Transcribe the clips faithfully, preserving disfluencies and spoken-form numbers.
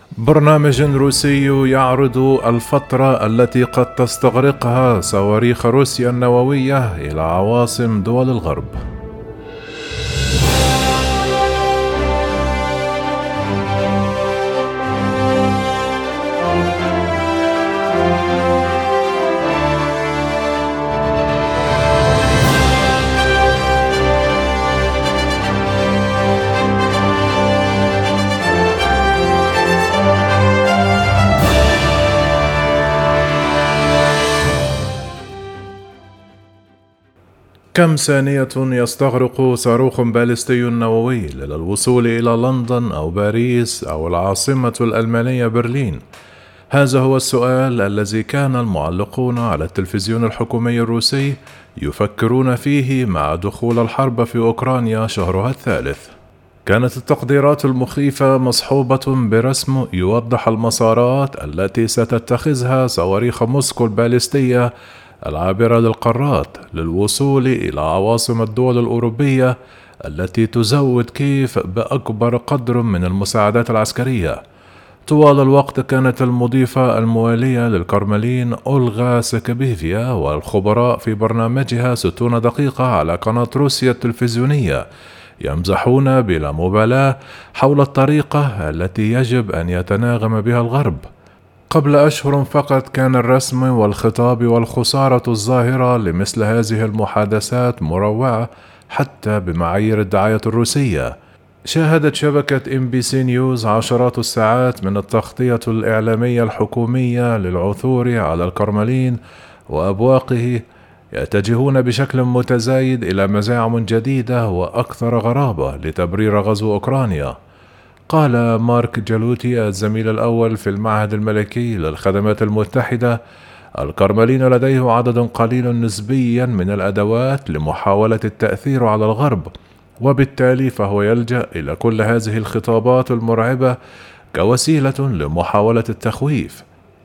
برنامج روسي يعرض الفترة التي قد تستغرقها صواريخ روسيا النووية إلى عواصم دول الغرب. كم ثانية يستغرق صاروخ باليستي نووي للوصول إلى لندن أو باريس أو العاصمة الألمانية برلين؟ هذا هو السؤال الذي كان المعلقون على التلفزيون الحكومي الروسي يفكرون فيه مع دخول الحرب في أوكرانيا شهرها الثالث. كانت التقديرات المخيفة مصحوبة برسم يوضح المسارات التي ستتخذها صواريخ موسكو الباليستية العابرة للقارات للوصول إلى عواصم الدول الأوروبية التي تزود كييف بأكبر قدر من المساعدات العسكرية. طوال الوقت كانت المضيفة الموالية للكرملين أولغا سكبيفيا والخبراء في برنامجها ستون دقيقة على قناة روسيا التلفزيونية يمزحون بلا مبالاة حول الطريقة التي يجب أن يتناغم بها الغرب. قبل أشهر فقط كان الرسم والخطاب والخسارة الظاهرة لمثل هذه المحادثات مروعة حتى بمعايير الدعاية الروسية. شاهدت شبكة إم بي سي نيوز عشرات الساعات من التغطية الإعلامية الحكومية للعثور على الكرملين وأبواقه يتجهون بشكل متزايد إلى مزاعم جديدة وأكثر غرابة لتبرير غزو أوكرانيا. قال مارك جالوتي الزميل الأول في المعهد الملكي للخدمات المتحدة: الكرملين لديه عدد قليل نسبيا من الأدوات لمحاولة التأثير على الغرب، وبالتالي فهو يلجأ إلى كل هذه الخطابات المرعبة كوسيلة لمحاولة التخويف.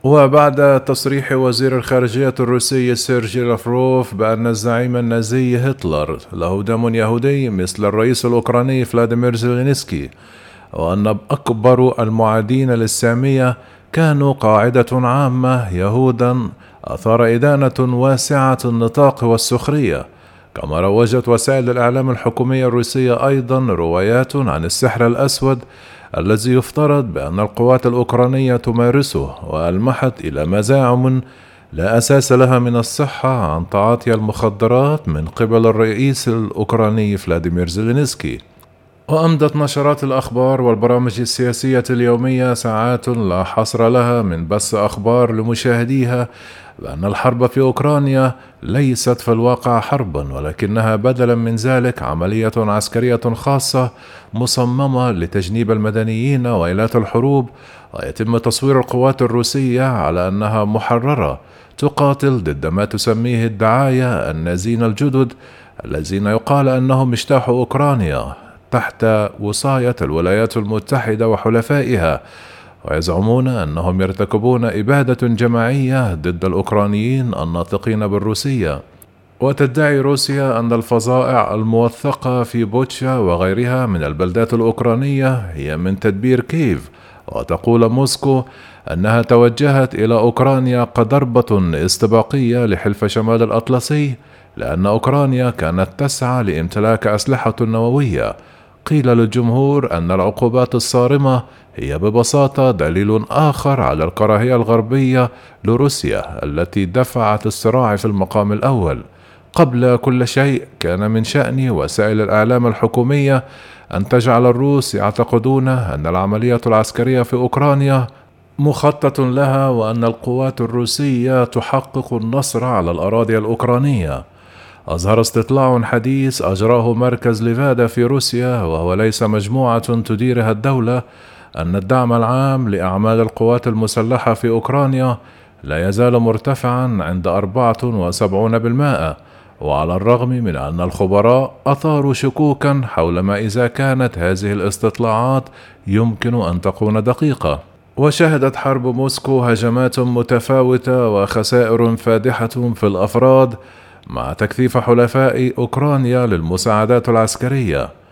وبعد تصريح وزير الخارجية الروسي سيرجي لافروف بأن الزعيم النازي هتلر له دم يهودي مثل الرئيس الأوكراني فلاديمير زيلينسكي، وأن أكبر المعادين للسامية كانوا قاعدة عامة يهودا، أثار إدانة واسعة النطاق والسخرية. كما روجت وسائل الإعلام الحكومية الروسية أيضا روايات عن السحر الأسود الذي يفترض بأن القوات الأوكرانية تمارسه، وألمحت إلى مزاعم لا أساس لها من الصحة عن تعاطي المخدرات من قبل الرئيس الأوكراني فلاديمير زيلينسكي. وأمضت نشرات الأخبار والبرامج السياسية اليومية ساعات لا حصر لها من بث أخبار لمشاهديها بأن الحرب في أوكرانيا ليست في الواقع حربا، ولكنها بدلا من ذلك عملية عسكرية خاصة مصممة لتجنيب المدنيين وإيلات الحروب، ويتم تصوير القوات الروسية على أنها محررة تقاتل ضد ما تسميه الدعاية النازين الجدد الذين يقال أنهم اجتاحوا أوكرانيا تحت وصاية الولايات المتحدة وحلفائها، ويزعمون أنهم يرتكبون إبادة جماعية ضد الأوكرانيين الناطقين بالروسية. وتدعي روسيا أن الفظائع الموثقة في بوتشا وغيرها من البلدات الأوكرانية هي من تدبير كييف، وتقول موسكو أنها توجهت إلى أوكرانيا كضربة استباقية لحلف شمال الأطلسي لأن أوكرانيا كانت تسعى لامتلاك أسلحة نووية. قيل للجمهور أن العقوبات الصارمة هي ببساطة دليل آخر على الكراهية الغربية لروسيا التي دفعت الصراع في المقام الأول. قبل كل شيء كان من شأن وسائل الإعلام الحكومية أن تجعل الروس يعتقدون أن العملية العسكرية في أوكرانيا مخطط لها، وأن القوات الروسية تحقق النصر على الأراضي الأوكرانية. أظهر استطلاع حديث أجراه مركز ليفادا في روسيا، وهو ليس مجموعة تديرها الدولة، أن الدعم العام لأعمال القوات المسلحة في أوكرانيا لا يزال مرتفعا عند أربعة وسبعين بالمئة، وعلى الرغم من أن الخبراء أثاروا شكوكا حول ما إذا كانت هذه الاستطلاعات يمكن أن تكون دقيقة. وشهدت حرب موسكو هجمات متفاوتة وخسائر فادحة في الأفراد مع تكثيف حلفاء أوكرانيا للمساعدات العسكرية.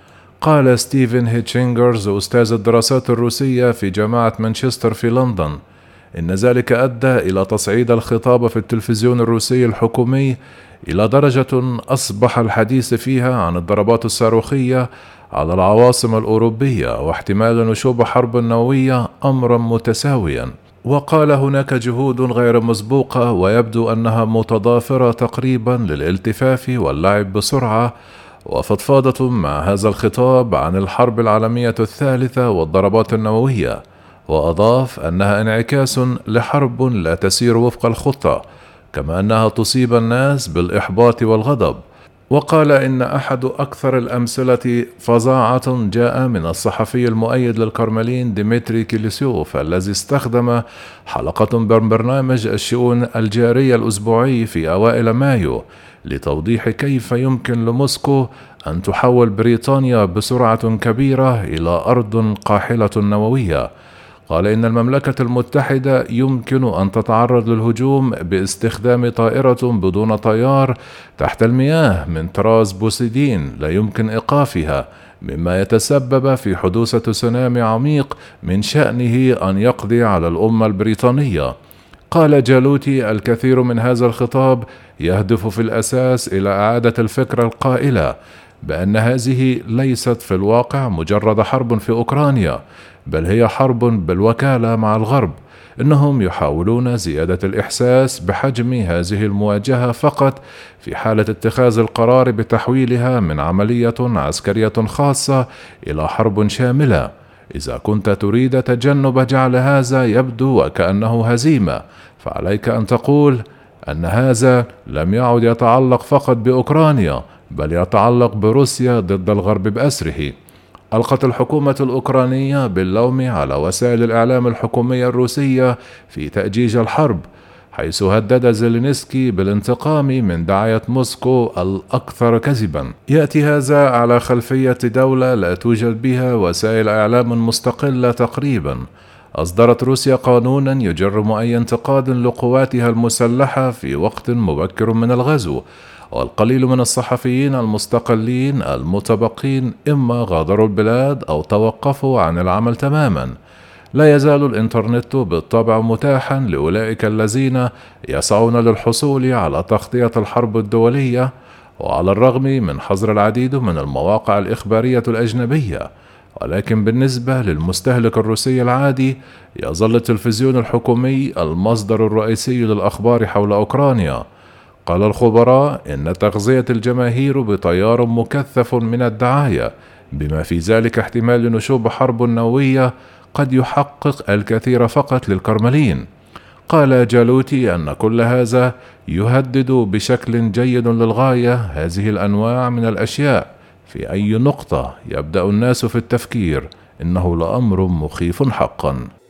قال ستيفن هيتشينجرز أستاذ الدراسات الروسية في جامعة مانشستر في لندن إن ذلك أدى إلى تصعيد الخطاب في التلفزيون الروسي الحكومي إلى درجة أصبح الحديث فيها عن الضربات الصاروخية على العواصم الأوروبية واحتمال نشوب حرب نووية أمرا متساويا. وقال هناك جهود غير مسبوقة ويبدو أنها متضافرة تقريبا للالتفاف واللعب بسرعة وفضفاضة مع هذا الخطاب عن الحرب العالمية الثالثة والضربات النووية، وأضاف أنها انعكاس لحرب لا تسير وفق الخطة، كما أنها تصيب الناس بالإحباط والغضب. وقال إن أحد أكثر الأمثلة فظاعة جاء من الصحفي المؤيد للكرملين ديمتري كيليسيوف الذي استخدم حلقة من برنامج الشؤون الجارية الأسبوعي في أوائل مايو لتوضيح كيف يمكن لموسكو أن تحول بريطانيا بسرعة كبيرة إلى أرض قاحلة نووية. قال إن المملكة المتحدة يمكن أن تتعرض للهجوم باستخدام طائرة بدون طيار تحت المياه من طراز بوسيدين لا يمكن إيقافها، مما يتسبب في حدوث تسونامي عميق من شأنه أن يقضي على الأمة البريطانية. قال جالوتي الكثير من هذا الخطاب يهدف في الأساس إلى إعادة الفكرة القائلة بأن هذه ليست في الواقع مجرد حرب في أوكرانيا، بل هي حرب بالوكالة مع الغرب. إنهم يحاولون زيادة الإحساس بحجم هذه المواجهة فقط في حالة اتخاذ القرار بتحويلها من عملية عسكرية خاصة إلى حرب شاملة. إذا كنت تريد تجنب جعل هذا يبدو وكأنه هزيمة، فعليك أن تقول أن هذا لم يعد يتعلق فقط بأوكرانيا، بل يتعلق بروسيا ضد الغرب بأسره. ألقت الحكومة الأوكرانية باللوم على وسائل الإعلام الحكومية الروسية في تأجيج الحرب، حيث هدد زيلينسكي بالانتقام من دعاية موسكو الأكثر كذبا. يأتي هذا على خلفية دولة لا توجد بها وسائل إعلام مستقلة تقريبا. أصدرت روسيا قانونا يجرم أي انتقاد لقواتها المسلحة في وقت مبكر من الغزو، والقليل من الصحفيين المستقلين المتبقين إما غادروا البلاد أو توقفوا عن العمل تماما. لا يزال الإنترنت بالطبع متاحا لأولئك الذين يسعون للحصول على تغطية الحرب الدولية، وعلى الرغم من حظر العديد من المواقع الإخبارية الأجنبية، ولكن بالنسبة للمستهلك الروسي العادي يظل التلفزيون الحكومي المصدر الرئيسي للأخبار حول أوكرانيا. قال الخبراء إن تغذية الجماهير بتيار مكثف من الدعاية بما في ذلك احتمال نشوب حرب نووية قد يحقق الكثير فقط للكرملين. قال جالوتي أن كل هذا يهدد بشكل جيد للغاية هذه الأنواع من الأشياء. في أي نقطة يبدأ الناس في التفكير إنه لأمر مخيف حقا.